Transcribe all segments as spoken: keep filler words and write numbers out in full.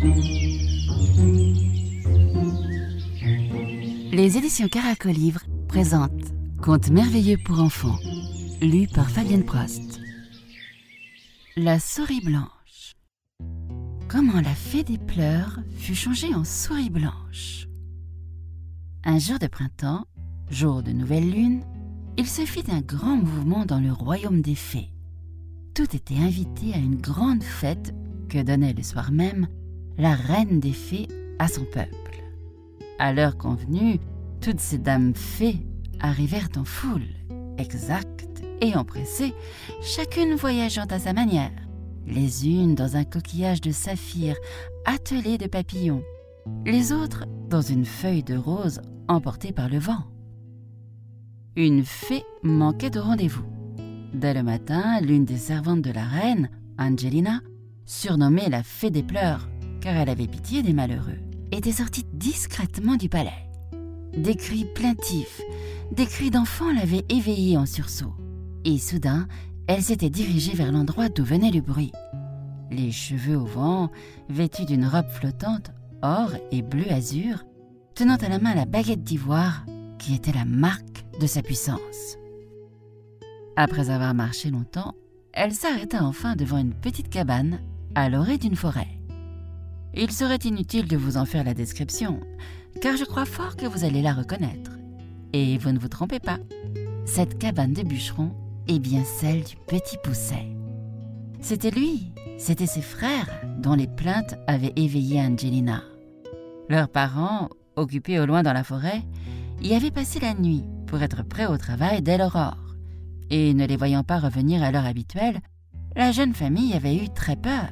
Les éditions Caracolivre présentent Contes merveilleux pour enfants, lu par Fabienne Prost. La souris blanche. Comment la fée des pleurs fut changée en souris blanche. Un jour de printemps, jour de nouvelle lune, il se fit un grand mouvement dans le royaume des fées. Tout était invité à une grande fête que donnait le soir même la reine des fées à son peuple. À l'heure convenue, toutes ces dames fées arrivèrent en foule, exactes et empressées, chacune voyageant à sa manière, les unes dans un coquillage de saphir attelé de papillons, les autres dans une feuille de rose emportée par le vent. Une fée manquait au rendez-vous. Dès le matin, l'une des servantes de la reine, Angelina, surnommée la fée des pleurs, car elle avait pitié des malheureux, était sortie discrètement du palais. Des cris plaintifs, des cris d'enfants l'avaient éveillée en sursaut. Et soudain, elle s'était dirigée vers l'endroit d'où venait le bruit. Les cheveux au vent, vêtue d'une robe flottante, or et bleu azur, tenant à la main la baguette d'ivoire qui était la marque de sa puissance. Après avoir marché longtemps, elle s'arrêta enfin devant une petite cabane à l'orée d'une forêt. Il serait inutile de vous en faire la description, car je crois fort que vous allez la reconnaître. Et vous ne vous trompez pas, cette cabane de bûcheron est bien celle du petit Pousset. C'était lui, c'étaient ses frères dont les plaintes avaient éveillé Angelina. Leurs parents, occupés au loin dans la forêt, y avaient passé la nuit pour être prêts au travail dès l'aurore. Et ne les voyant pas revenir à l'heure habituelle, la jeune famille avait eu très peur.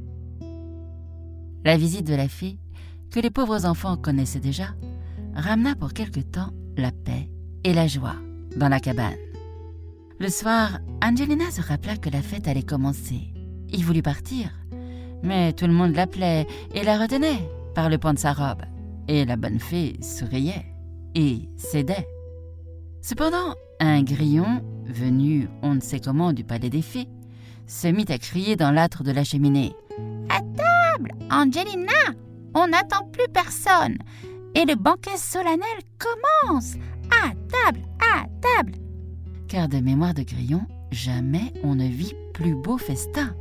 La visite de la fée, que les pauvres enfants connaissaient déjà, ramena pour quelque temps la paix et la joie dans la cabane. Le soir, Angelina se rappela que la fête allait commencer. Il voulut partir, mais tout le monde l'appelait et la retenait par le pan de sa robe. Et la bonne fée souriait et cédait. Cependant, un grillon, venu on ne sait comment du palais des fées, se mit à crier dans l'âtre de la cheminée. « À table, Angelina, on n'attend plus personne, et le banquet solennel commence. À table, à table !» Car de mémoire de grillon, jamais on ne vit plus beau festin.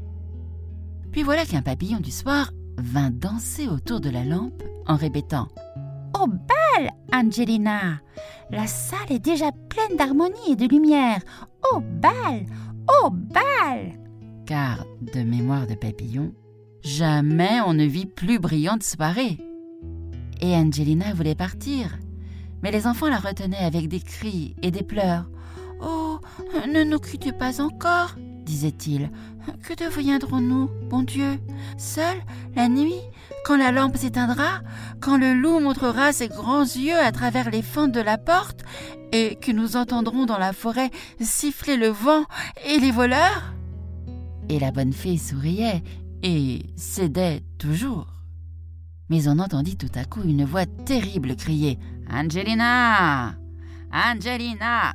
Puis voilà qu'un papillon du soir vint danser autour de la lampe en répétant « Au bal, Angelina! La salle est déjà pleine d'harmonie et de lumière. Au bal! Au bal !» Car, de mémoire de papillon, jamais on ne vit plus brillante soirée. Et Angelina voulait partir, mais les enfants la retenaient avec des cris et des pleurs. « Oh, ne nous quittez pas encore !» disait-il. « Que deviendrons-nous, bon Dieu, seuls, la nuit, quand la lampe s'éteindra, quand le loup montrera ses grands yeux à travers les fentes de la porte, et que nous entendrons dans la forêt siffler le vent et les voleurs ?» Et la bonne fée souriait et cédait toujours. Mais on entendit tout à coup une voix terrible crier « Angelina! Angelina !»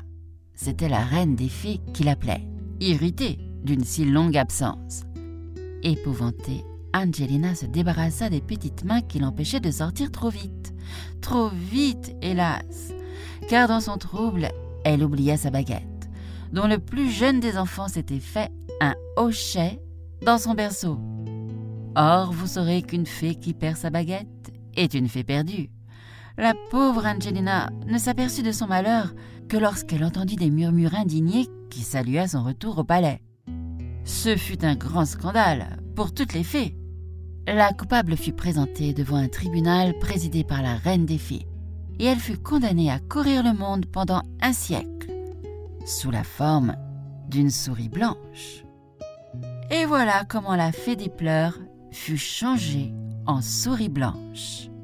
C'était la reine des fées qui l'appelait, irritée d'une si longue absence. Épouvantée, Angelina se débarrassa des petites mains qui l'empêchaient de sortir trop vite. Trop vite, hélas, car dans son trouble, elle oublia sa baguette, dont le plus jeune des enfants s'était fait un hochet dans son berceau. Or, vous saurez qu'une fée qui perd sa baguette est une fée perdue. La pauvre Angelina ne s'aperçut de son malheur que lorsqu'elle entendit des murmures indignés qui saluaient son retour au palais. Ce fut un grand scandale pour toutes les fées. La coupable fut présentée devant un tribunal présidé par la reine des fées, et elle fut condamnée à courir le monde pendant un siècle, sous la forme d'une souris blanche. Et voilà comment la fée des pleurs fut changée en souris blanche.